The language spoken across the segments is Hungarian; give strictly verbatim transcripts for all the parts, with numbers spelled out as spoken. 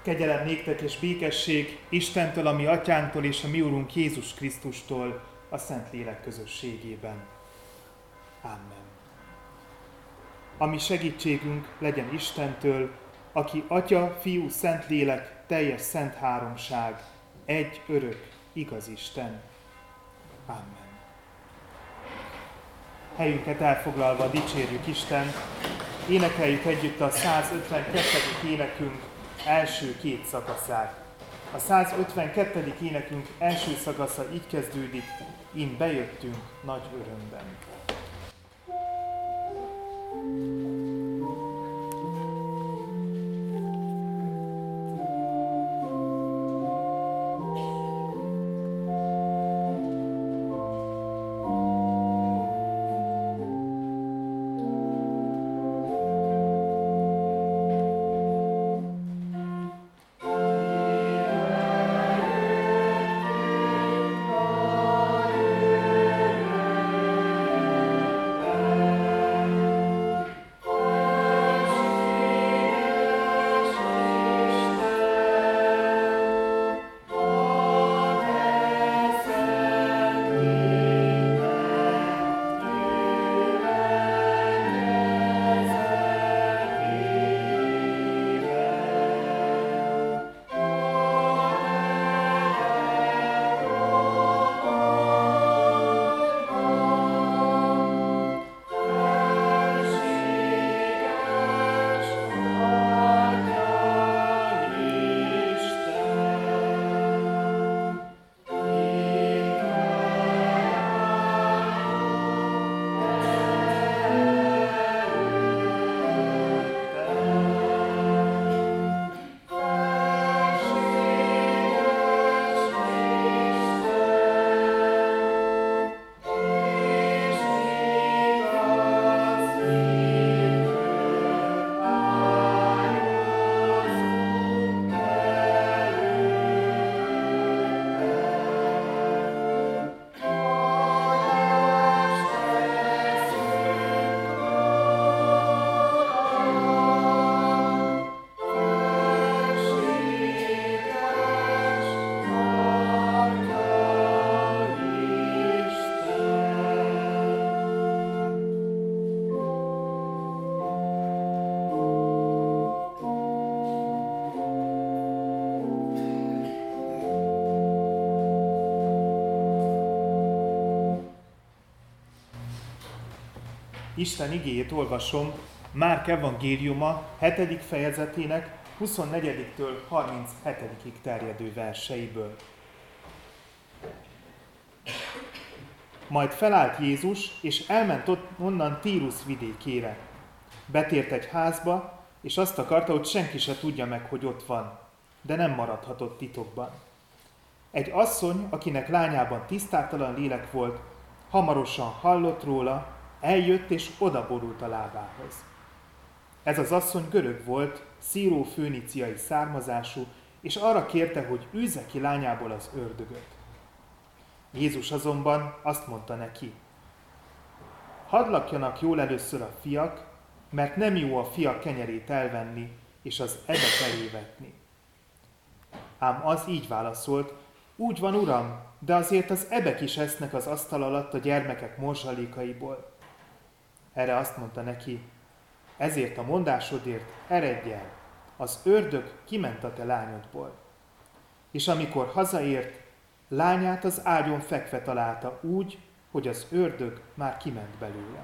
Kegyelem néktek és békesség Istentől, a mi atyánktól és a mi Urunk Jézus Krisztustól a Szentlélek közösségében. Amen. A mi segítségünk legyen Istentől, aki Atya, Fiú, Szentlélek, teljes szent háromság, egy örök, igaz Isten. Amen. Helyünket elfoglalva dicsérjük Istent, énekeljük együtt a százötvenkettedik énekünk első két szakaszát. A százötvenkettedik énekünk első szakasza így kezdődik: Ím bejöttünk nagy örömben. Isten igéjét olvasom Márk evangéliuma hetedik fejezetének huszonnegyediktől harminchetodik terjedő verseiből. Majd felállt Jézus, és elment ott onnan Tírus vidékére. Betért egy házba, és azt akarta, hogy senki se tudja meg, hogy ott van, de nem maradhatott titokban. Egy asszony, akinek lányában tisztátalan lélek volt, hamarosan hallott róla, eljött és odaborult a lábához. Ez az asszony görög volt, szírófőniciai származású, és arra kérte, hogy űzze ki lányából az ördögöt. Jézus azonban azt mondta neki: hadd lakjanak jól először a fiak, mert nem jó a fiak kenyerét elvenni, és az ebek elé vetni. Ám az így válaszolt: úgy van, uram, de azért az ebek is esznek az asztal alatt a gyermekek morzsalékaiból. Erre azt mondta neki: ezért a mondásodért eredj el, az ördög kiment a te lányodból. És amikor hazaért, lányát az ágyon fekve találta úgy, hogy az ördög már kiment belőle.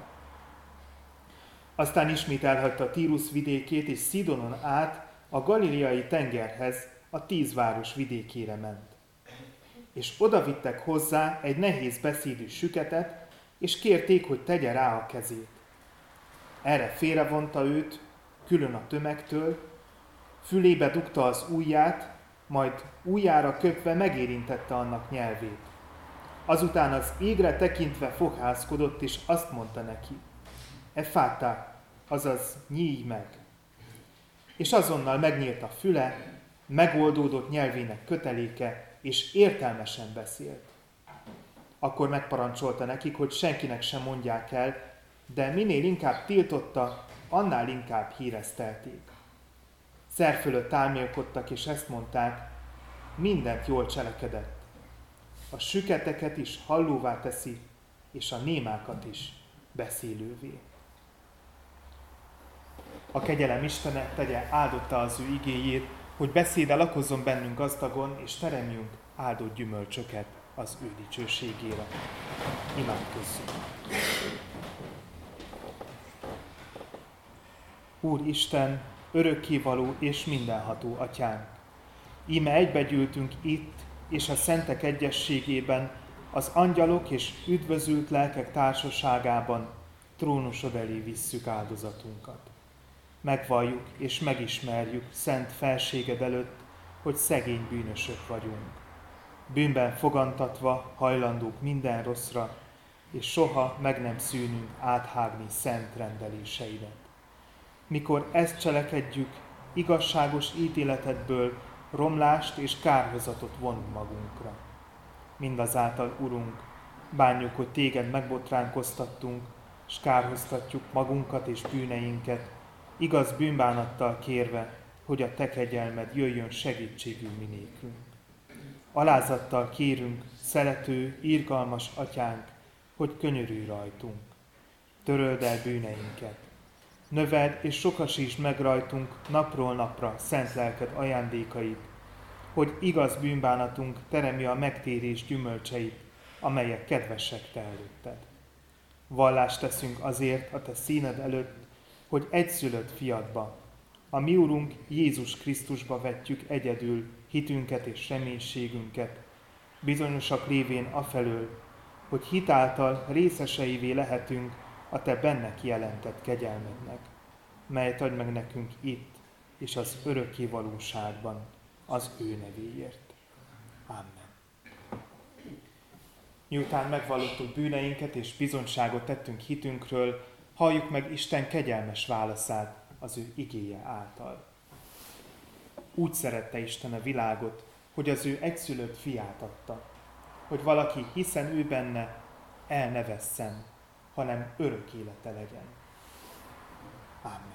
Aztán ismét elhagyta Tírus vidékét, és Szidonon át a galileai tengerhez, a tíz város vidékére ment. És odavittek hozzá egy nehéz beszédű süketet, és kérték, hogy tegye rá a kezét. Erre félrevonta őt, külön a tömegtől, fülébe dugta az ujját, majd ujjára köpve megérintette annak nyelvét. Azután az égre tekintve fohászkodott, és azt mondta neki: Effátá, azaz nyílj meg. És azonnal megnyílt a füle, megoldódott nyelvének köteléke, és értelmesen beszélt. Akkor megparancsolta nekik, hogy senkinek sem mondják el, de minél inkább tiltotta, annál inkább híresztelték. Szer fölött álmélkodtak, és ezt mondták, mindent jól cselekedett. A süketeket is hallóvá teszi, és a némákat is beszélővé. A kegyelem Istene tegye áldotta az ő igéjét, hogy beszéde lakozzon bennünk gazdagon, és teremjünk áldott gyümölcsöket az ő dicsőségére. Imádkozzunk! Úr Isten, örökkévaló és mindenható Atyánk! Íme egybegyűltünk itt, és a szentek egyességében, az angyalok és üdvözült lelkek társaságában trónusod elé visszük áldozatunkat. Megvalljuk és megismerjük szent felséged előtt, hogy szegény bűnösök vagyunk. Bűnben fogantatva hajlandók minden rosszra, és soha meg nem szűnünk áthágni szent rendeléseidet. Mikor ezt cselekedjük, igazságos ítéletedből romlást és kárhozatot vonunk magunkra. Mindazáltal, Urunk, bánjuk, hogy téged megbotránkoztattunk, és kárhoztatjuk magunkat és bűneinket, igaz bűnbánattal kérve, hogy a te kegyelmed jöjjön segítségül mi nékünk. Alázattal kérünk, szerető, irgalmas Atyánk, hogy könyörülj rajtunk. Töröld el bűneinket. Növeld és sokasítsd meg rajtunk napról napra szent lelked ajándékait, hogy igaz bűnbánatunk teremje a megtérés gyümölcseit, amelyek kedvesek te előtted. Vallást teszünk azért a te színed előtt, hogy egyszülött fiadba, a mi Urunk Jézus Krisztusba vetjük egyedül hitünket és reménységünket, bizonyosak lévén afelől, hogy hitáltal részeseivé lehetünk a te benne kijelentett kegyelmednek, melyet adj meg nekünk itt és az örökké valóságban az ő nevéért. Amen. Miután megvallottuk bűneinket és bizonyságot tettünk hitünkről, halljuk meg Isten kegyelmes válaszát az ő igéje által. Úgy szerette Isten a világot, hogy az ő egyszülött fiát adta, hogy valaki, hiszen ő benne, el ne vesszen, hanem örök élete legyen. Amen.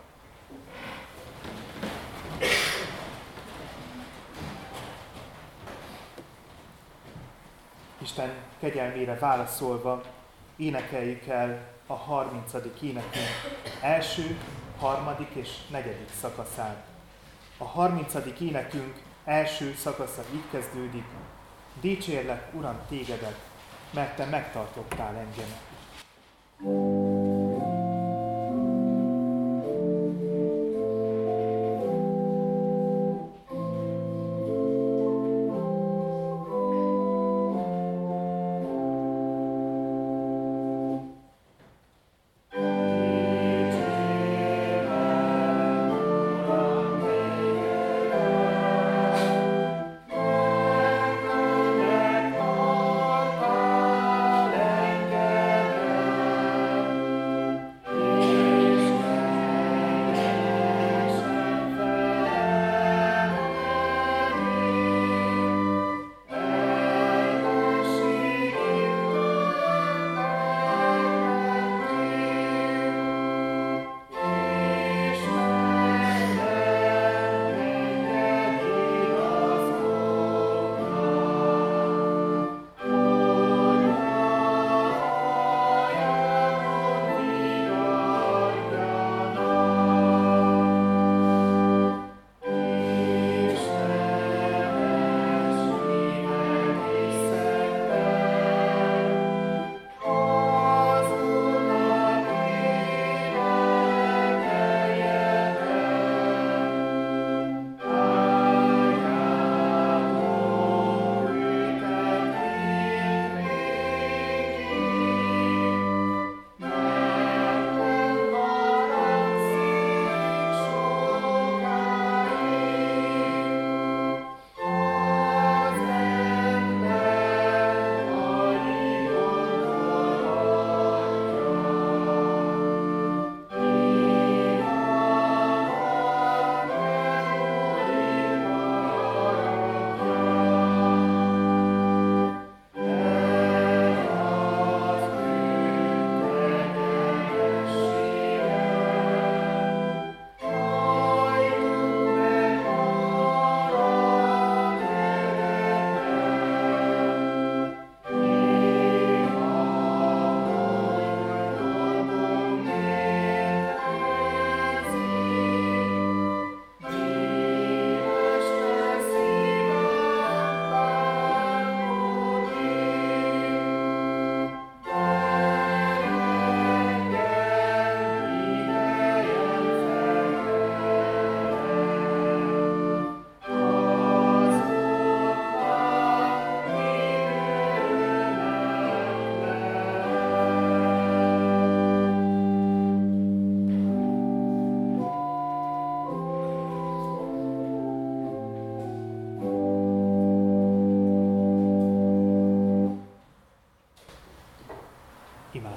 Isten kegyelmére válaszolva énekeljük el a harmincadik énekünk első, harmadik és negyedik szakaszát. A harmincadik énekünk első szakasza így kezdődik: dicsérlek, Uram, tégedet, mert te megtartottál engemet.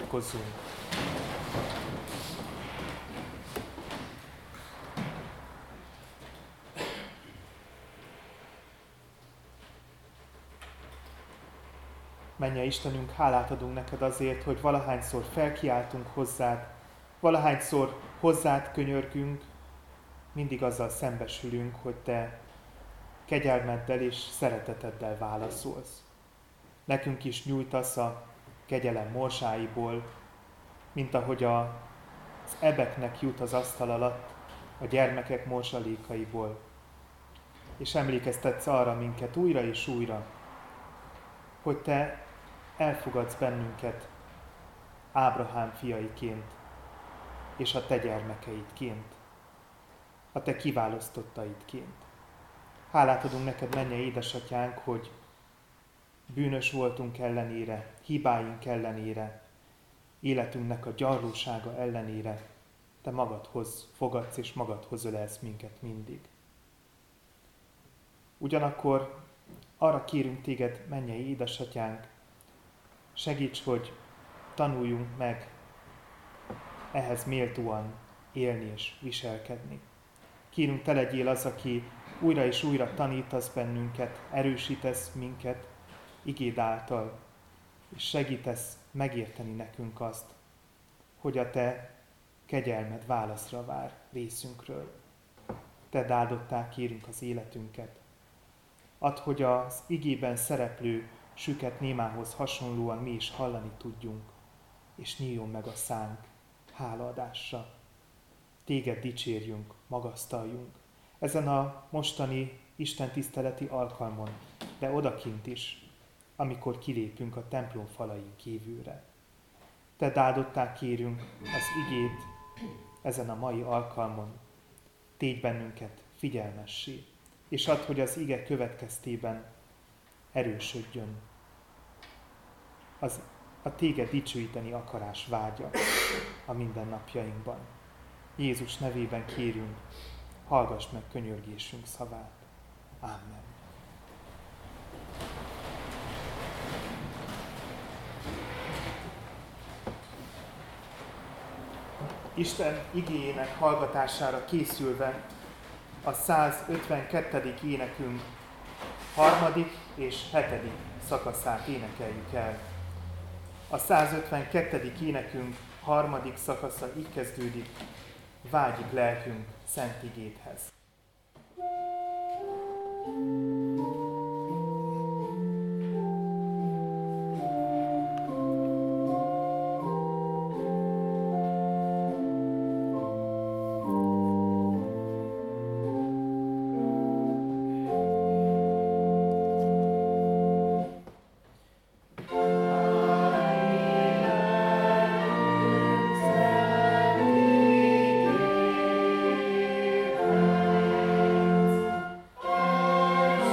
Imádkozzunk! Mennyei Istenünk, hálát adunk neked azért, hogy valahányszor felkiáltunk hozzád, valahányszor hozzád könyörgünk, mindig azzal szembesülünk, hogy te kegyelmeddel és szereteteddel válaszolsz. Nekünk is nyújtasz a kegyelem morsáiból, mint ahogy a, az ebeknek jut az asztal alatt a gyermekek morsalékaiból. És emlékeztetsz arra minket újra és újra, hogy te elfogadsz bennünket Ábrahám fiaiként és a te gyermekeidként, a te kiválasztottaidként. Hálát adunk neked, mennyei édesatyánk, hogy bűnös voltunk ellenére, hibáink ellenére, életünknek a gyarlósága ellenére te magadhoz fogadsz és magadhoz ölelsz minket mindig. Ugyanakkor arra kérünk téged, mennyei édesatyánk, segíts, hogy tanuljunk meg ehhez méltóan élni és viselkedni. Kérünk, te legyél az, aki újra és újra tanítasz bennünket, erősítesz minket igéd által, és segítesz megérteni nekünk azt, hogy a te kegyelmed válaszra vár részünkről. Te áldottá kérünk az életünket. Add, hogy az igében szereplő süket némához hasonlóan mi is hallani tudjunk, és nyíljon meg a szánk hálaadásra. Téged dicsérjünk, magasztaljunk ezen a mostani istentiszteleti alkalmon, de odakint is, amikor kilépünk a templom falain kívülre. Te áldottá kérünk az igét ezen a mai alkalmon. Tégy bennünket figyelmessé, és add, hogy az ige következtében erősödjön az a téged dicsőíteni akarás vágya a mindennapjainkban. Jézus nevében kérünk, hallgass meg könyörgésünk szavát. Amen. Isten igéjének hallgatására készülve a százötvenkettedik énekünk harmadik és hetedik szakaszát énekeljük el. A százötvenkettedik énekünk harmadik szakasza így kezdődik: vágyik lelkünk szent igédhez. Amen.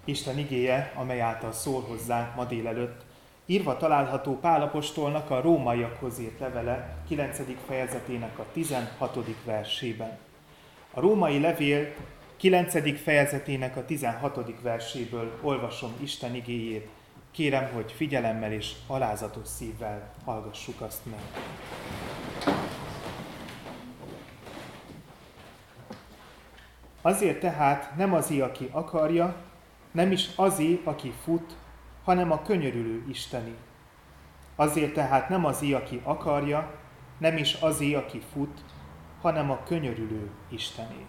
Isten igéje, amely által szól hozzánk ma délelőtt, írva található Pál apostolnak a rómaiakhoz írt levele kilencedik fejezetének a tizenhatodik versében. A római levél kilencedik fejezetének a tizenhatodik verséből olvasom Isten igéjét. Kérem, hogy figyelemmel és alázatos szívvel hallgassuk azt meg. Azért tehát nem azé, aki akarja, nem is azé, aki fut, hanem a könyörülő Isteni. Azért tehát nem azé, aki akarja, nem is azé, aki fut, hanem a könyörülő Isteni.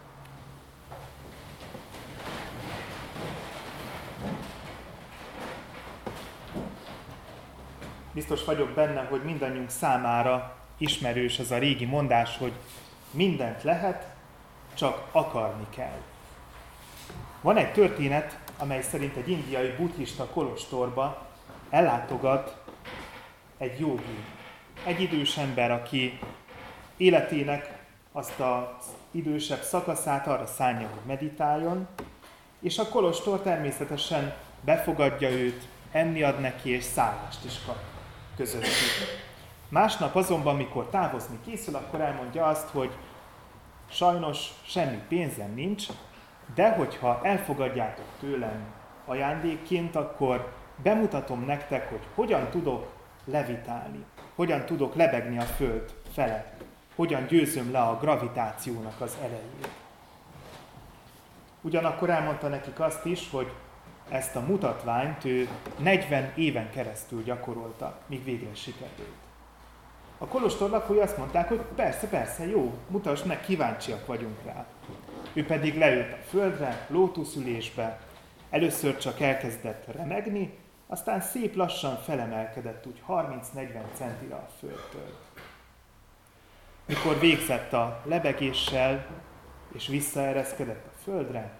Biztos vagyok benne, hogy mindannyiunk számára ismerős az a régi mondás, hogy mindent lehet, csak akarni kell. Van egy történet, amely szerint egy indiai buddhista kolostorba ellátogat egy jógi, egy idős ember, aki életének azt az idősebb szakaszát arra szánja, hogy meditáljon, és a kolostor természetesen befogadja őt, enni ad neki, és szállást is kap közöttük. Másnap azonban, mikor távozni készül, akkor elmondja azt, hogy sajnos semmi pénzem nincs, de hogyha elfogadjátok tőlem ajándékként, akkor bemutatom nektek, hogy hogyan tudok levitálni, hogyan tudok lebegni a föld felett, hogyan győzöm le a gravitációnak az erejét. Ugyanakkor elmondta nekik azt is, hogy ezt a mutatványt ő negyven éven keresztül gyakorolta, míg végre sikerült. A kolostor lakói azt mondták, hogy persze, persze, jó, mutasd meg, kíváncsiak vagyunk rá. Ő pedig leült a földre, lótuszülésbe, először csak elkezdett remegni, aztán szép lassan felemelkedett úgy harminc-negyven centire a földtől. Mikor végzett a lebegéssel, és visszaereszkedett a földre,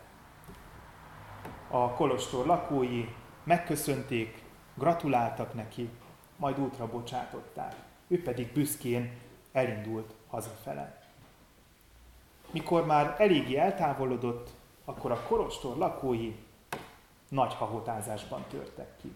a kolostor lakói megköszönték, gratuláltak neki, majd útra bocsátották. Ő pedig büszkén elindult hazafele. Mikor már eléggé eltávolodott, akkor a kolostor lakói nagy hahotázásban törtek ki.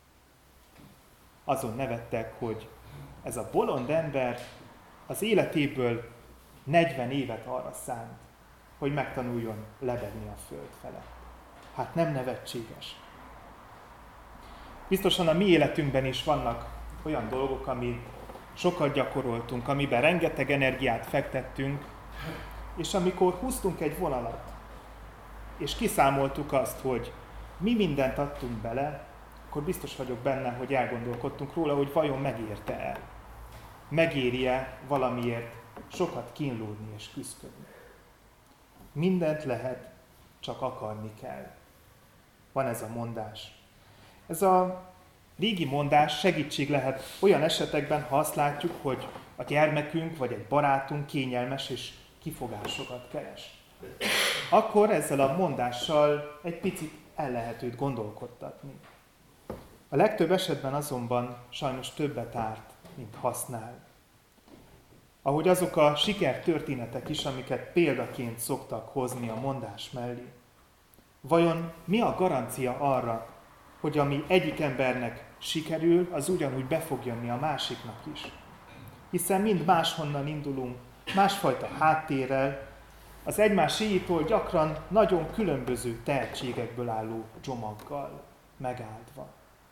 Azon nevettek, hogy ez a bolond ember az életéből negyven évet arra szánt, hogy megtanuljon lebegni a föld felett. Hát nem nevetséges. Biztosan a mi életünkben is vannak olyan dolgok, amit sokat gyakoroltunk, amiben rengeteg energiát fektettünk, és amikor húztunk egy vonalat, és kiszámoltuk azt, hogy mi mindent adtunk bele, akkor biztos vagyok benne, hogy elgondolkodtunk róla, hogy vajon megérte-e. Megéri-e valamiért sokat kínlódni és küszködni. Mindent lehet, csak akarni kell. Van ez a mondás. Ez a régi mondás segítség lehet olyan esetekben, ha azt látjuk, hogy a gyermekünk vagy egy barátunk kényelmes és kifogásokat keres. Akkor ezzel a mondással egy picit el lehet őt gondolkodtatni. A legtöbb esetben azonban sajnos többet árt, mint használ. Ahogy azok a sikertörténetek is, amiket példaként szoktak hozni a mondás mellé. Vajon mi a garancia arra, hogy ami egyik embernek sikerül, az ugyanúgy be fog jönni a másiknak is? Hiszen mind máshonnan indulunk, másfajta háttérrel, az egymás éjjétől gyakran nagyon különböző tehetségekből álló csomaggal megáldva.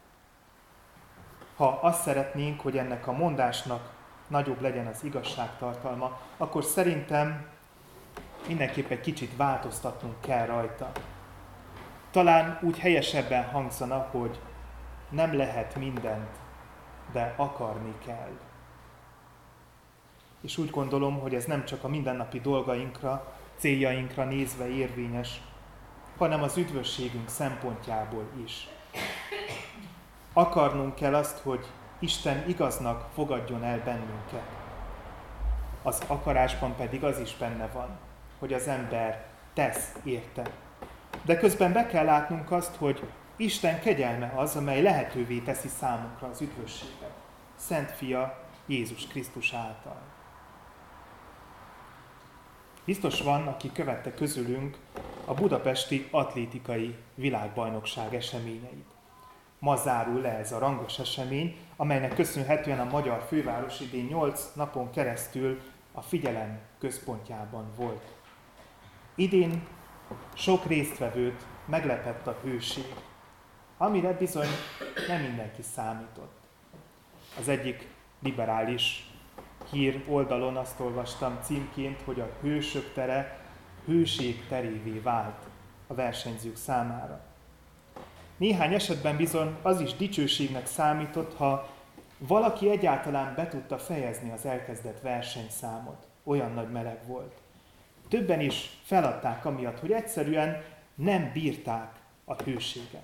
Ha azt szeretnénk, hogy ennek a mondásnak nagyobb legyen az igazságtartalma, akkor szerintem mindenképp egy kicsit változtatnunk kell rajta. Talán úgy helyesebben hangzana, hogy nem lehet mindent, de akarni kell. És úgy gondolom, hogy ez nem csak a mindennapi dolgainkra, céljainkra nézve érvényes, hanem az üdvösségünk szempontjából is. Akarnunk kell azt, hogy Isten igaznak fogadjon el bennünket. Az akarásban pedig az is benne van, hogy az ember tesz érte. De közben be kell látnunk azt, hogy Isten kegyelme az, amely lehetővé teszi számunkra az üdvösséget. Szent Fia Jézus Krisztus által. Biztos van, aki követte közülünk a budapesti atlétikai világbajnokság eseményeit. Ma zárul le ez a rangos esemény, amelynek köszönhetően a magyar főváros idén nyolc napon keresztül a figyelem központjában volt. Idén sok résztvevőt meglepett a hőség, amire bizony nem mindenki számított. Az egyik liberális hír oldalon azt olvastam címként, hogy a hősök tere hőség terévé vált a versenyzők számára. Néhány esetben bizony az is dicsőségnek számított, ha valaki egyáltalán be tudta fejezni az elkezdett versenyszámot. Olyan nagy meleg volt. Többen is feladták amiatt, hogy egyszerűen nem bírták a hőséget.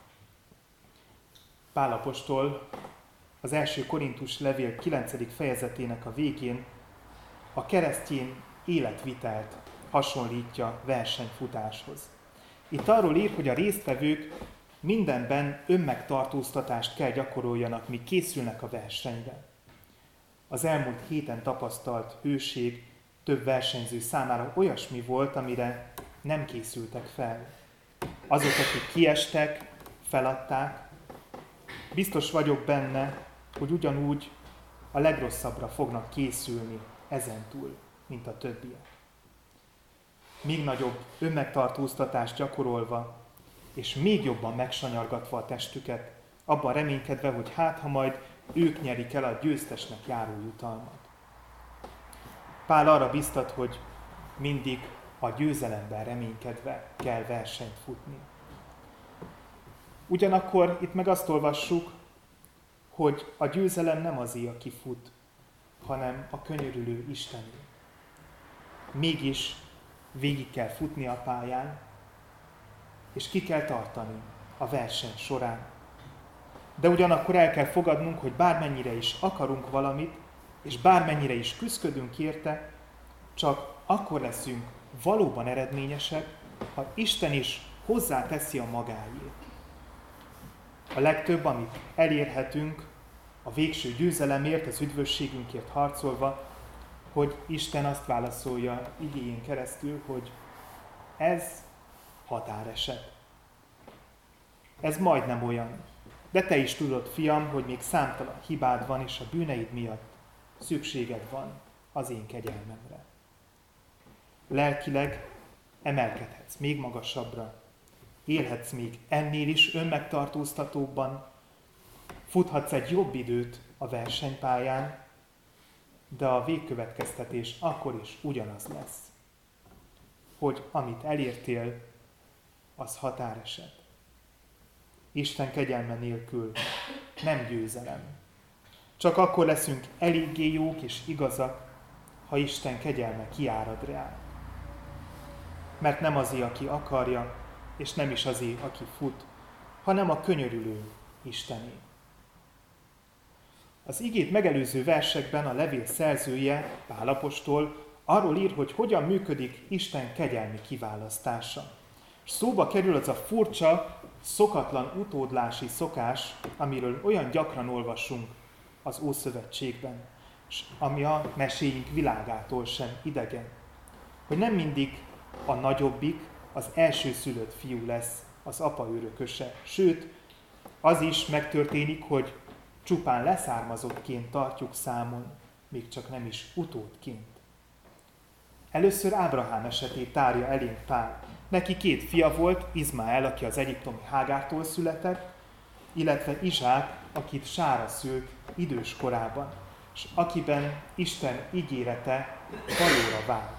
Pál apostol az első Korintus levél kilencedik fejezetének a végén a keresztény életvitelt hasonlítja versenyfutáshoz. Itt arról ír, hogy a résztvevők mindenben önmegtartóztatást kell gyakoroljanak, míg készülnek a versenyre. Az elmúlt héten tapasztalt hőség több versenyző számára olyasmi volt, amire nem készültek fel. Azok, akik kiestek, feladták, biztos vagyok benne, hogy ugyanúgy a legrosszabbra fognak készülni ezentúl, mint a többiek. Még nagyobb önmegtartóztatást gyakorolva, és még jobban megsanyargatva a testüket, abban reménykedve, hogy hát, ha majd ők nyerik el a győztesnek járó jutalmat. Pál arra biztat, hogy mindig a győzelemben reménykedve kell versenyt futni. Ugyanakkor itt meg azt olvassuk, hogy a győzelem nem azé, aki fut, hanem a könyörülő Istené. Mégis végig kell futni a pályán, és ki kell tartani a verseny során. De ugyanakkor el kell fogadnunk, hogy bármennyire is akarunk valamit, és bármennyire is küszködünk érte, csak akkor leszünk valóban eredményesek, ha Isten is hozzáteszi a magáét. A legtöbb, amit elérhetünk a végső győzelemért, az üdvösségünkért harcolva, hogy Isten azt válaszolja igéjén keresztül, hogy ez határeset. Ez majdnem olyan. De te is tudod, fiam, hogy még számtalan hibád van, és a bűneid miatt szükséged van az én kegyelmemre. Lelkileg emelkedhetsz még magasabbra, élhetsz még ennél is önmegtartóztatóbban, futhatsz egy jobb időt a versenypályán, de a végkövetkeztetés akkor is ugyanaz lesz, hogy amit elértél, az határeset. Isten kegyelme nélkül nem győzelem. Csak akkor leszünk eléggé jók és igazak, ha Isten kegyelme kiárad rá. Mert nem azé, aki akarja, és nem is azé, aki fut, hanem a könyörülő Istené. Az igét megelőző versekben a levél szerzője, Pál apostol, arról ír, hogy hogyan működik Isten kegyelmi kiválasztása. És szóba kerül az a furcsa, szokatlan utódlási szokás, amiről olyan gyakran olvasunk az Ószövetségben, és ami a meséink világától sem idegen. Hogy nem mindig a nagyobbik, az elsőszülött fiú lesz az apa örököse. Sőt, az is megtörténik, hogy csupán leszármazottként tartjuk számon, még csak nem is utódként. Először Ábrahám esetét tárja elénk Pál. Neki két fia volt, Izmael, aki az egyiptomi Hágártól született, illetve Izsák, akit Sára szült idős korában, és akiben Isten ígérete valóra vált.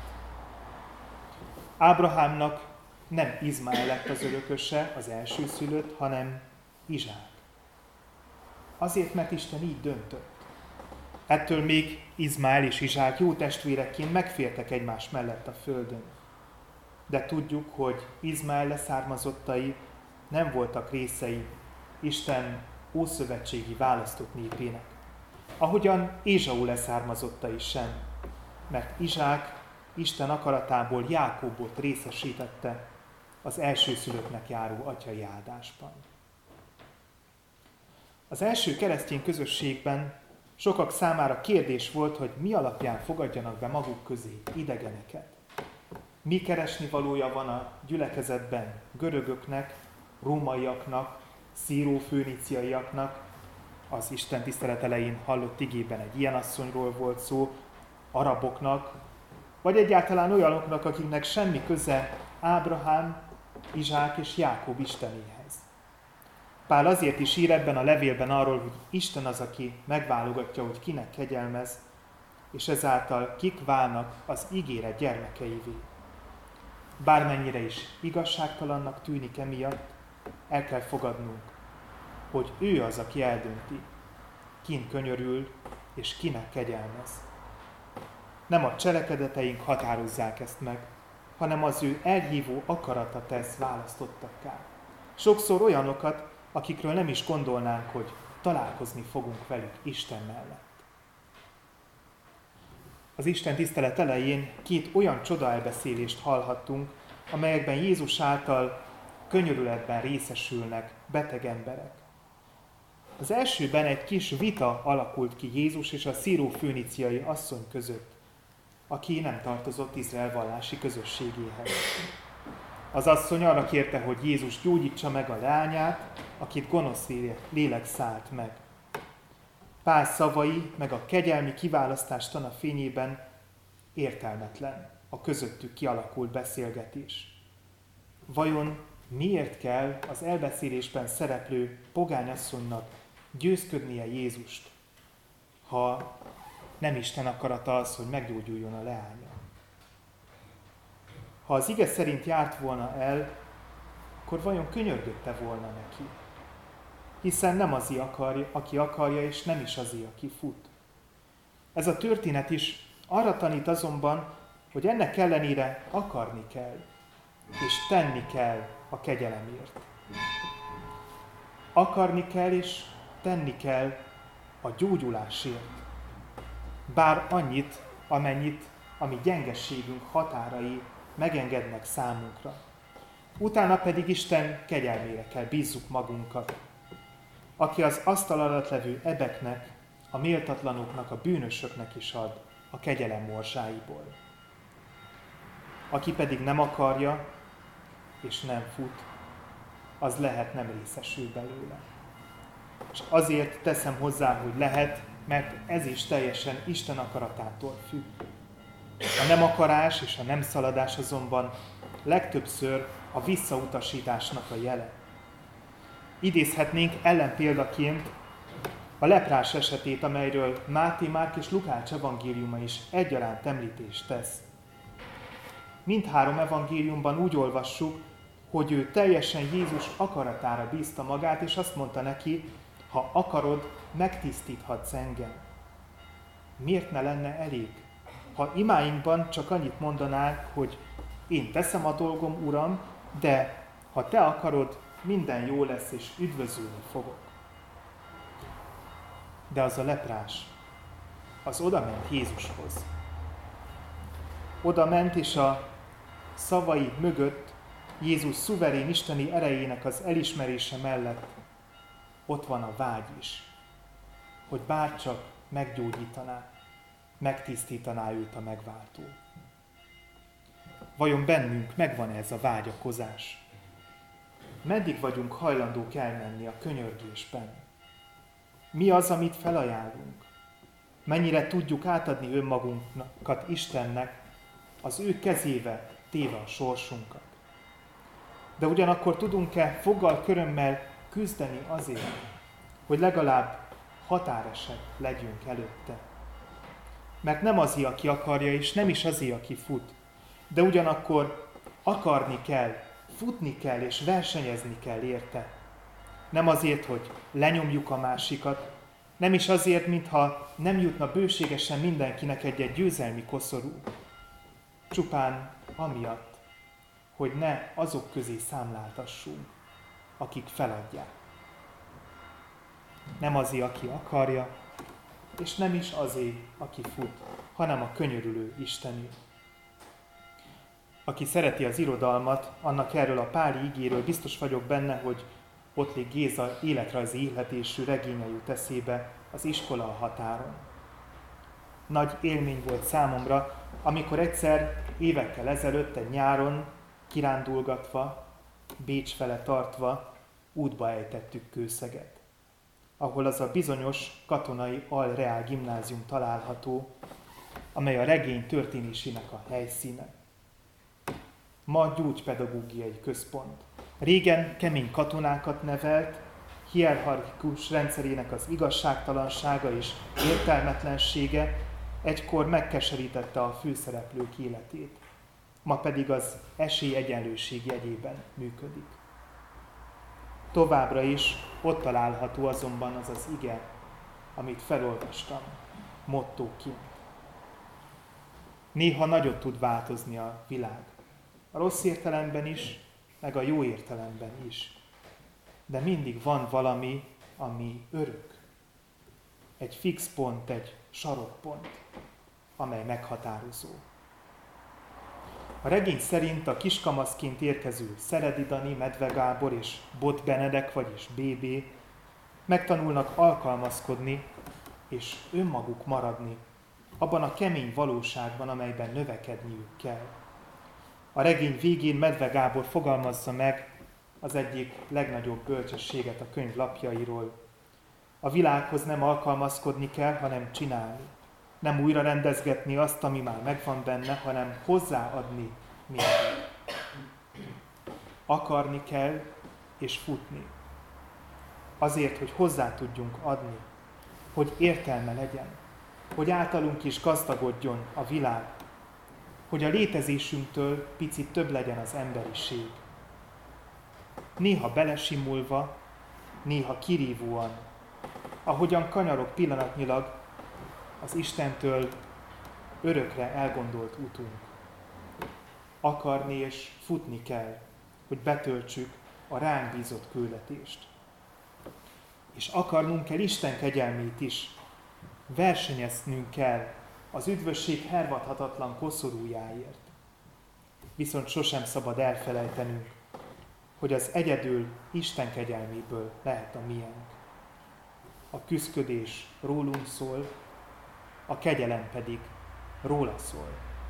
Ábrahámnak nem Izmael lett az örököse, az elsőszülött, hanem Izsák. Azért, mert Isten így döntött. Ettől még Izmael és Izsák jó testvérekként megfértek egymás mellett a földön. De tudjuk, hogy Izmael leszármazottai nem voltak részei Isten ószövetségi választott népének. Ahogyan Ézsau leszármazottai sem, mert Izsák Isten akaratából Jákóbot részesítette az elsőszülöttnek járó atyai áldásban. Az első keresztény közösségben sokak számára kérdés volt, hogy mi alapján fogadjanak be maguk közé idegeneket. mi keresni valója van a gyülekezetben görögöknek, rómaiaknak, szírófőniciaiaknak, az Isten tisztelet elején hallott igében egy ilyen asszonyról volt szó, araboknak, vagy egyáltalán olyanoknak, akiknek semmi köze Ábrahám, Izsák és Jákob Istenéhez. Pál azért is ír ebben a levélben arról, hogy Isten az, aki megválogatja, hogy kinek kegyelmez, és ezáltal kik válnak az ígéret gyermekeivé. Bármennyire is igazságtalannak tűnik emiatt, el kell fogadnunk, hogy ő az, aki eldönti, kin könyörül és kinek kegyelmez. Nem a cselekedeteink határozzák ezt meg, hanem az ő elhívó akarata tesz választottakká. Sokszor olyanokat, akikről nem is gondolnánk, hogy találkozni fogunk velük Isten mellett. Az Isten tisztelet elején két olyan csodaelbeszélést hallhattunk, amelyekben Jézus által könyörületben részesülnek beteg emberek. Az elsőben egy kis vita alakult ki Jézus és a szírófőniciai asszony között, aki nem tartozott Izrael vallási közösségéhez. Az asszony arra kérte, hogy Jézus gyógyítsa meg a leányát, akit gonosz lélek szállt meg. Pál szavai meg a kegyelmi kiválasztás tana fényében értelmetlen a közöttük kialakult beszélgetés. Vajon miért kell az elbeszélésben szereplő pogányasszonynak győzködnie Jézust, ha nem Isten akarata az, hogy meggyógyuljon a leánya? Ha az ige szerint járt volna el, akkor vajon könyörgötte volna neki? Hiszen nem az, aki akarja, és nem is az, aki fut. Ez a történet is arra tanít azonban, hogy ennek ellenére akarni kell, és tenni kell a kegyelemért. Akarni kell, és tenni kell a gyógyulásért. Bár annyit, amennyit, ami gyengességünk határai megengednek számunkra. Utána pedig Isten kegyelmére kell bízzuk magunkat, aki az asztal alatt levő ebeknek, a méltatlanoknak, a bűnösöknek is ad a kegyelem morsáiból. Aki pedig nem akarja, és nem fut, az lehet nem részesül belőle. És azért teszem hozzá, hogy lehet, mert ez is teljesen Isten akaratától függ. A nem akarás és a nem szaladás azonban legtöbbször a visszautasításnak a jele. Idézhetnénk ellenpéldaként a leprás esetét, amelyről Máté, Márk és Lukács evangéliuma is egyaránt említést tesz. Mindhárom evangéliumban úgy olvassuk, hogy ő teljesen Jézus akaratára bízta magát, és azt mondta neki, ha akarod, megtisztíthatsz engem. Miért ne lenne elég, ha imáinkban csak annyit mondanánk, hogy én teszem a dolgom, Uram, de ha te akarod, minden jó lesz, és üdvözülni fogok. De az a leprás, az oda ment Jézushoz. Oda ment, és a szavai mögött Jézus szuverén isteni erejének az elismerése mellett ott van a vágy is, hogy bárcsak meggyógyítaná, megtisztítaná őt a megváltó. Vajon bennünk megvan ez a vágyakozás? Meddig vagyunk hajlandók elmenni a könyörgésben? Mi az, amit felajánlunk? Mennyire tudjuk átadni önmagunkat Istennek, az ő kezébe téve a sorsunkat? De ugyanakkor tudunk-e foggal körömmel küzdeni azért, hogy legalább határesek legyünk előtte? Mert nem az, aki akarja, és nem is az, aki fut. De ugyanakkor akarni kell, futni kell és versenyezni kell érte. Nem azért, hogy lenyomjuk a másikat, nem is azért, mintha nem jutna bőségesen mindenkinek egy-egy győzelmi koszorú. Csupán amiatt, hogy ne azok közé számláltassunk, akik feladják. Nem azé, aki akarja, és nem is azé, aki fut, hanem a könyörülő Istenű. Aki szereti az irodalmat, annak erről a páli igéről biztos vagyok benne, hogy Ottlik Géza életrajzi ihletésű regénye jut eszébe, Az iskola a határon. Nagy élmény volt számomra, amikor egyszer évekkel ezelőtt egy nyáron kirándulgatva, Bécs fele tartva útba ejtettük Kőszeget, ahol az a bizonyos katonai Al-Reál gimnázium található, amely a regény történésének a helyszíne. Ma gyógypedagógiai központ. Régen kemény katonákat nevelt, hierarchikus rendszerének az igazságtalansága és értelmetlensége egykor megkeserítette a főszereplők életét. Ma pedig az esélyegyenlőség jegyében működik. Továbbra is ott található azonban az az ige, amit felolvastam, mottóként. Néha nagyot tud változni a világ. A rossz értelemben is, meg a jó értelemben is. De mindig van valami, ami örök. Egy fix pont, egy sarokpont, amely meghatározó. A regény szerint a kiskamaszként érkező Szeredi Dani, Medve Gábor és Bot Benedek, vagyis bé bé megtanulnak alkalmazkodni és önmaguk maradni abban a kemény valóságban, amelyben növekedniük kell. A regény végén Medve Gábor fogalmazza meg az egyik legnagyobb bölcsességet a könyv lapjairól. A világhoz nem alkalmazkodni kell, hanem csinálni. Nem újra rendezgetni azt, ami már megvan benne, hanem hozzáadni mindent. Akarni kell és futni. Azért, hogy hozzá tudjunk adni, hogy értelme legyen, hogy általunk is gazdagodjon a világ, hogy a létezésünktől picit több legyen az emberiség. Néha belesimulva, néha kirívóan, ahogyan kanyarok pillanatnyilag az Istentől örökre elgondolt utunk. Akarni és futni kell, hogy betöltsük a ránk bízott küldetést. És akarnunk kell Isten kegyelmét is. Versenyeznünk kell az üdvösség hervadhatatlan koszorújáért. Viszont sosem szabad elfelejtenünk, hogy az egyedül Isten kegyelméből lehet a miénk. A küszködés rólunk szól, a kegyelem pedig róla szól.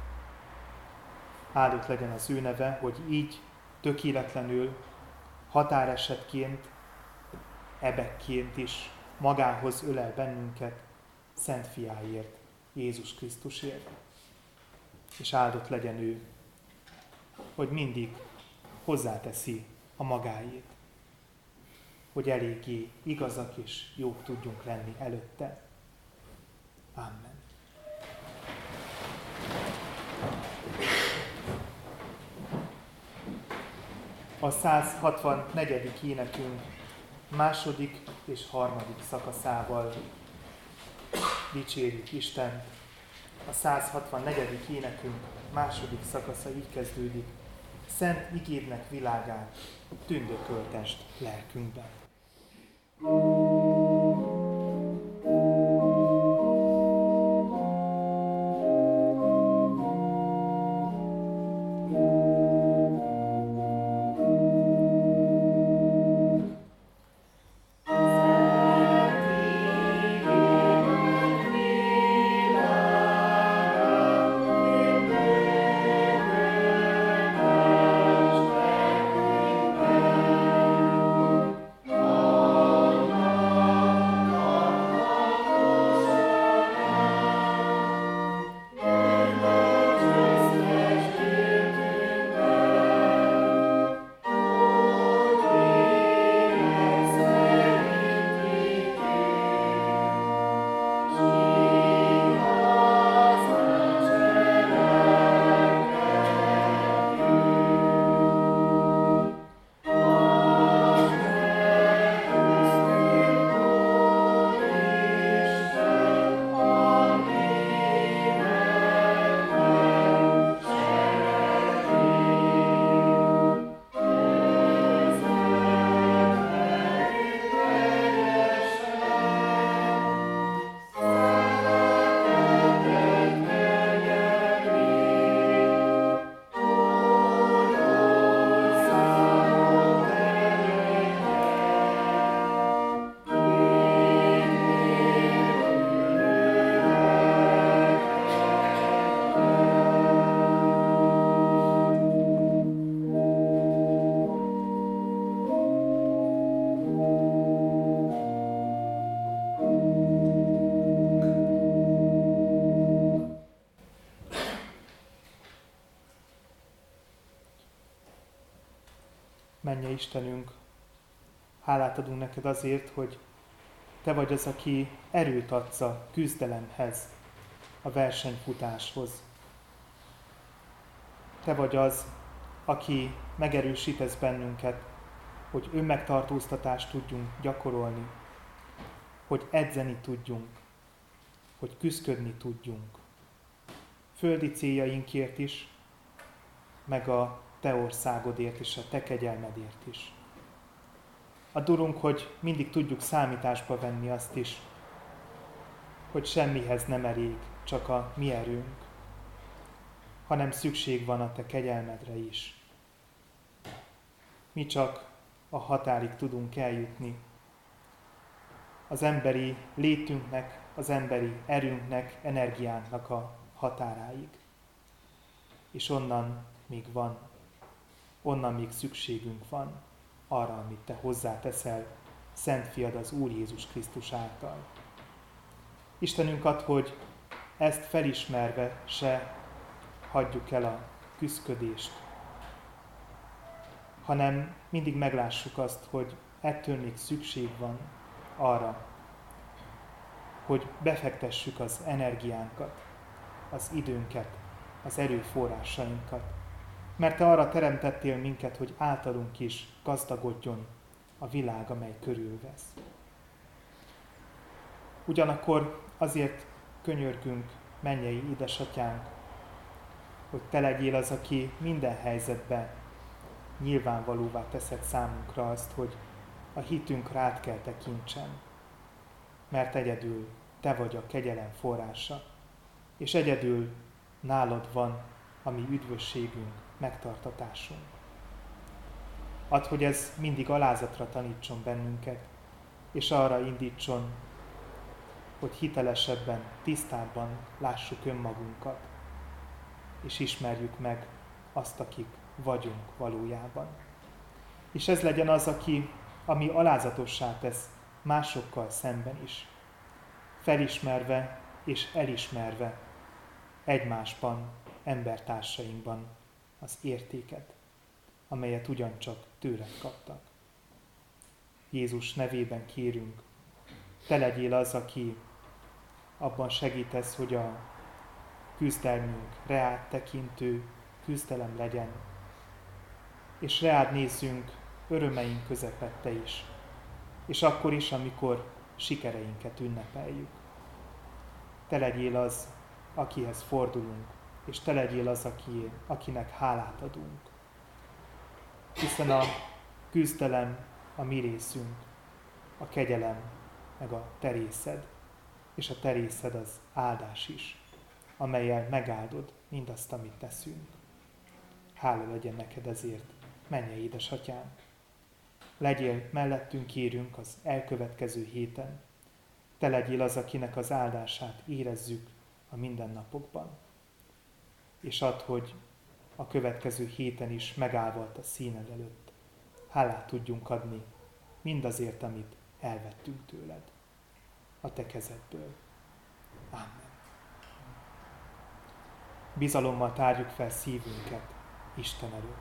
Áldott legyen az ő neve, hogy így tökéletlenül, határesetként, ebekként is magához ölel bennünket Szent Fiáért, Jézus Krisztusért. És áldott legyen ő, hogy mindig hozzáteszi a magáét, hogy eléggé igazak és jók tudjunk lenni előtte. Amen. A száz hatvannegyedik énekünk második és harmadik szakaszával dicsérjük Istent. A száz hatvannegyedik énekünk második szakasza így kezdődik. Szent igédnek világát tündököltest lelkünkben. Amen. Mennyei Istenünk, hálát adunk neked azért, hogy te vagy az, aki erőt adsz a küzdelemhez, a versenyfutáshoz. Te vagy az, aki megerősítesz bennünket, hogy önmegtartóztatást tudjunk gyakorolni, hogy edzeni tudjunk, hogy küszködni tudjunk. Földi céljainkért is, meg a te országodért és a te kegyelmedért is. Adorunk, hogy mindig tudjuk számításba venni azt is, hogy semmihez nem elég csak a mi erőnk, hanem szükség van a te kegyelmedre is. Mi csak a határig tudunk eljutni. Az emberi létünknek, az emberi erőnknek, energiánknak a határáig. És onnan még van, onnan még szükségünk van arra, amit te hozzáteszel, Szent Fiad az Úr Jézus Krisztus által. Istenünk ad, hogy ezt felismerve se hagyjuk el a küszködést, hanem mindig meglássuk azt, hogy ettől még szükség van arra, hogy befektessük az energiánkat, az időnket, az erőforrásainkat. Mert te arra teremtettél minket, hogy általunk is gazdagodjon a világ, amely körülvesz. Ugyanakkor azért könyörgünk, mennyei édesatyánk, hogy te legyél az, aki minden helyzetben nyilvánvalóvá teszed számunkra azt, hogy a hitünk rád kell tekintsen, mert egyedül te vagy a kegyelem forrása, és egyedül nálad van a mi üdvösségünk, megtartatásunk. Add, hogy ez mindig alázatra tanítson bennünket, és arra indítson, hogy hitelesebben, tisztábban lássuk önmagunkat, és ismerjük meg azt, akik vagyunk valójában. És ez legyen az, aki, ami alázatossá tesz másokkal szemben is, felismerve és elismerve egymásban, embertársainkban az értéket, amelyet ugyancsak tőled kaptak. Jézus nevében kérünk, te legyél az, aki abban segítesz, hogy a küzdelmünk reád tekintő küzdelem legyen, és reád nézzünk örömeink közepette is, és akkor is, amikor sikereinket ünnepeljük. Te legyél az, akihez fordulunk, és te legyél az, aki, akinek hálát adunk. Hiszen a küzdelem a mi részünk, a kegyelem meg a te részed, és a te részed az áldás is, amellyel megáldod mindazt, amit teszünk. Hála legyen neked ezért, mennyei édesatyánk! Legyél mellettünk, kérünk az elkövetkező héten. Te legyél az, akinek az áldását érezzük a mindennapokban. És add, hogy a következő héten is megállvalt a színed előtt. Hálát tudjunk adni mindazért, amit elvettünk tőled, a te kezedből. Amen. Bizalommal tárjuk fel szívünket Isten előtt.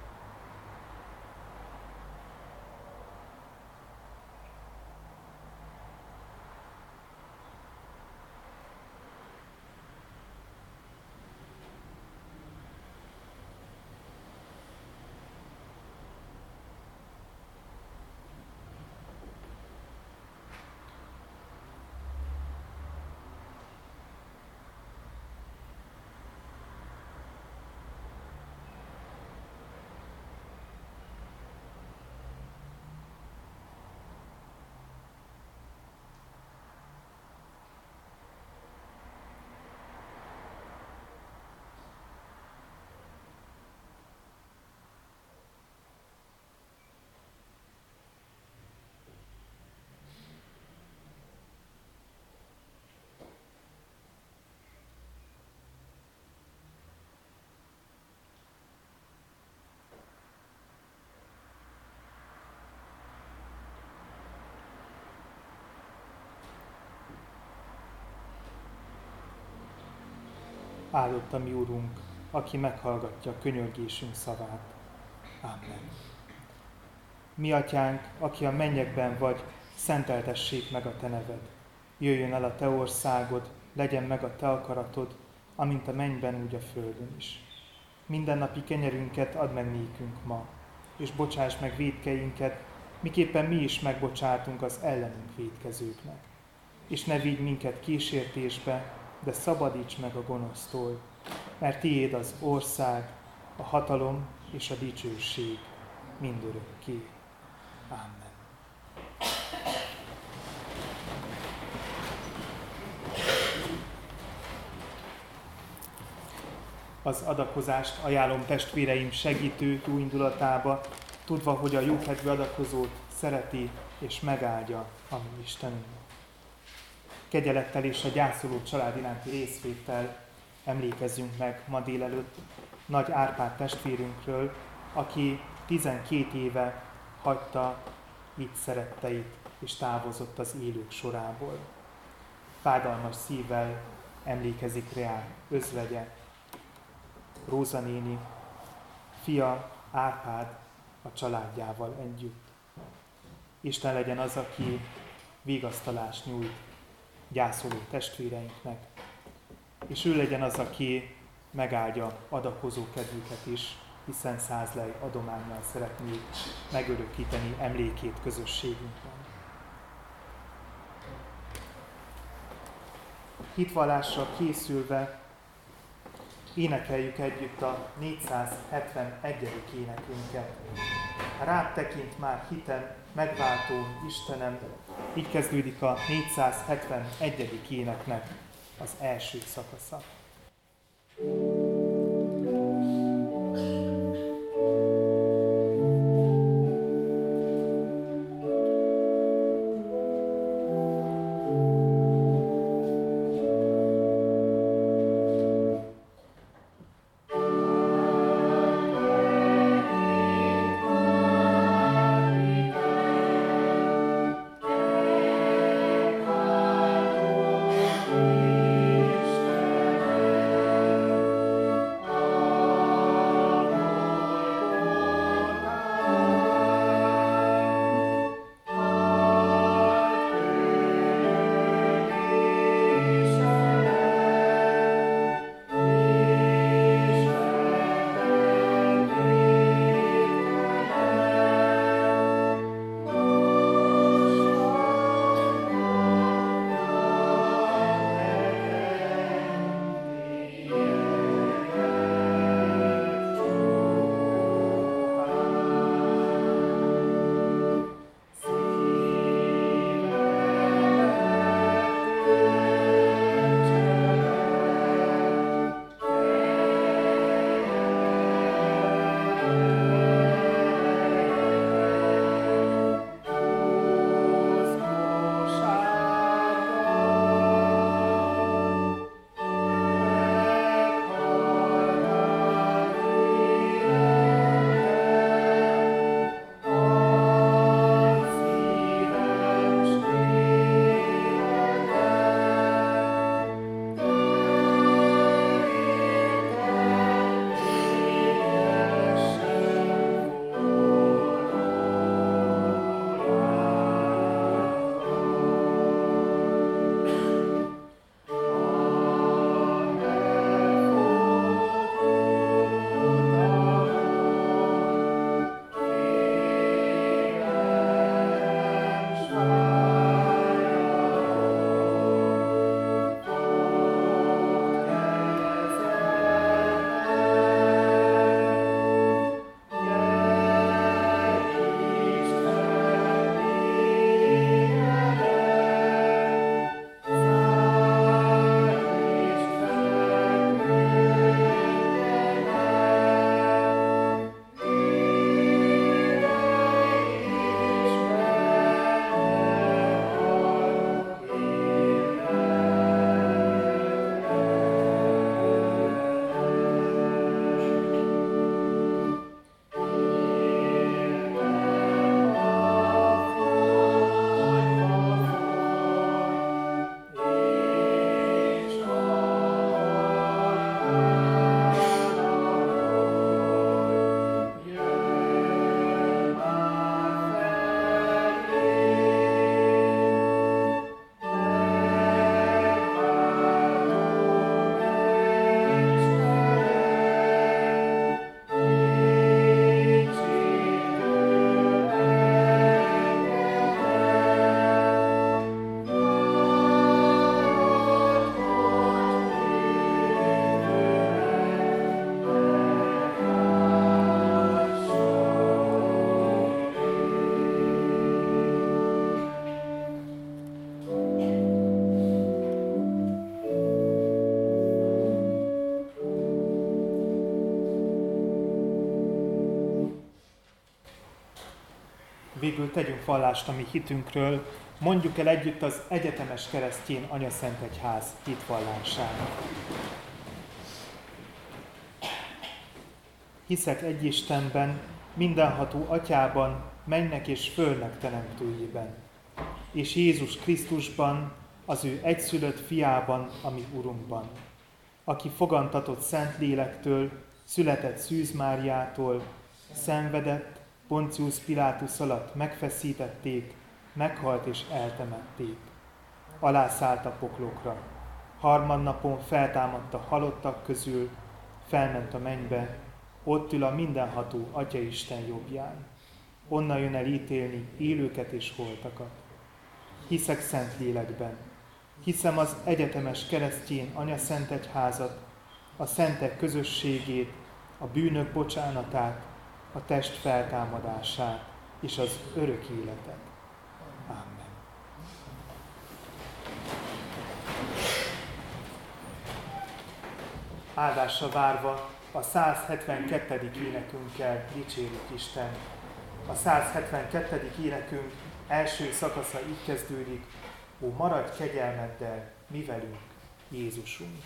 Áldott a mi Úrunk, aki meghallgatja a könyörgésünk szavát. Amen. Mi atyánk, aki a mennyekben vagy, szenteltessék meg a te neved. Jöjjön el a te országod, legyen meg a te akaratod, amint a mennyben, úgy a földön is. Mindennapi kenyerünket add meg nékünk ma, és bocsáss meg vétkeinket, miképpen mi is megbocsátunk az ellenünk vétkezőknek. És ne vigy minket kísértésbe, de szabadíts meg a gonosztól, mert tiéd az ország, a hatalom és a dicsőség mindörökké. Amen. Az adakozást ajánlom testvéreim segítő jó indulatába, tudva, hogy a jókedvű adakozót szereti és megáldja a mi Istenünk. Kegyelettel és a gyászoló család iránti részvéttel emlékezzünk meg ma délelőtt Nagy Árpád testvérünkről, aki tizenkét éve hagyta itt szeretteit és távozott az élők sorából. Fájdalmas szívvel emlékezik rá özvegye, Róza néni, fia Árpád a családjával együtt. Isten legyen az, aki vigasztalást nyújt gyászoló testvéreinknek, és ő legyen az, aki megáldja adakozó kedvüket is, hiszen százlej adománnyal szeretnék megörökíteni emlékét közösségünkben. Hitvallásra készülve énekeljük együtt a négyszázhetvenegyedik énekünket. Rád tekint már hitem, megváltó Istenem, így kezdődik a négyszázhetvenegyedik éneknek az első szakasza. Isten szívből tegyünk vallást a mi hitünkről, mondjuk el együtt az egyetemes keresztény Anyaszentegyház hitvallását. Hiszek egy Istenben, mindenható Atyában, mennek és földnek teremtőjében, és Jézus Krisztusban, az ő egyszülött fiában, a mi Urunkban, aki fogantatott Szent Lélektől, született Szűz Máriától, szenvedett, Poncius Pilátus alatt megfeszítették, meghalt és eltemették. Alászállt a poklokra. Harmadnapon feltámadt a halottak közül, felment a mennybe, ott ül a mindenható Atyaisten jobbján. Onnan jön el ítélni élőket és holtakat. Hiszek Szent Lélekben. Hiszem az egyetemes keresztény Anyaszentegyházat, a szentek közösségét, a bűnök bocsánatát, a test feltámadását és az örök életet. Amen. Áldásra várva a száz hetvenkettedik énekünkkel dicsérjük Isten. A száz hetvenkettedik énekünk első szakasza így kezdődik: Ó, maradj kegyelmeddel mi velünk, Jézusunk!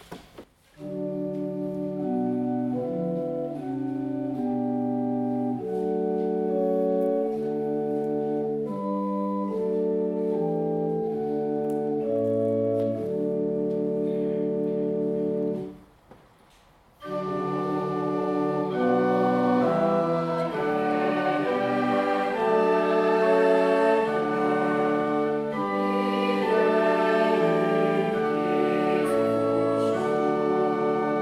Amen.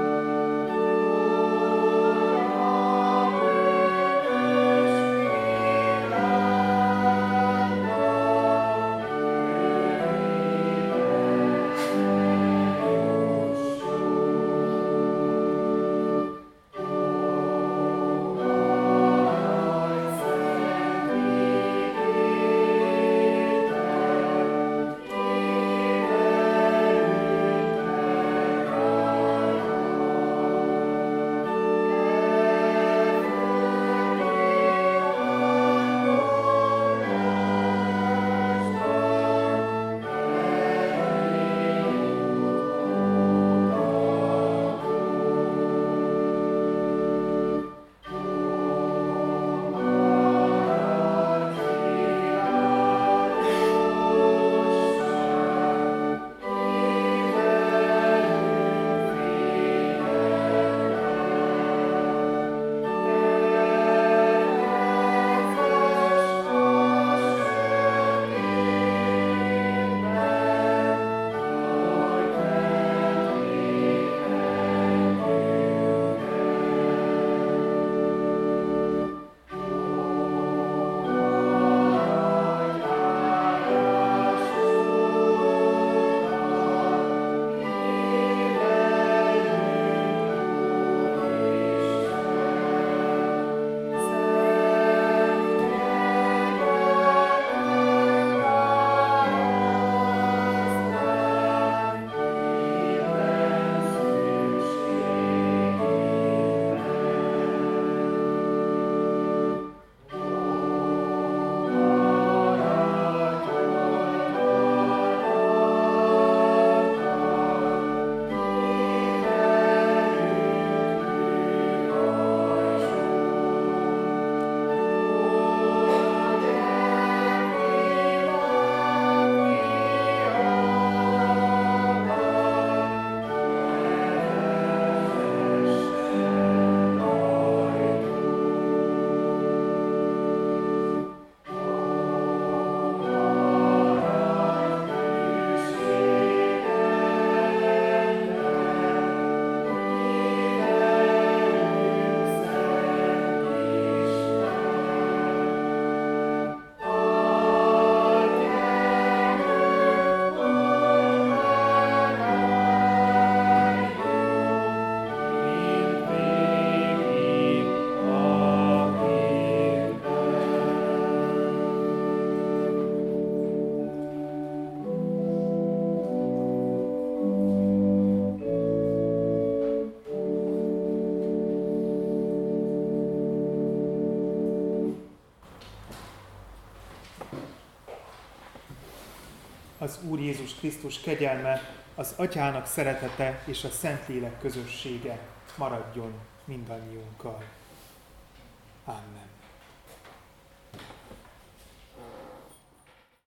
az Úr Jézus Krisztus kegyelme, az Atyának szeretete és a Szentlélek közössége maradjon mindannyiunkkal. Amen.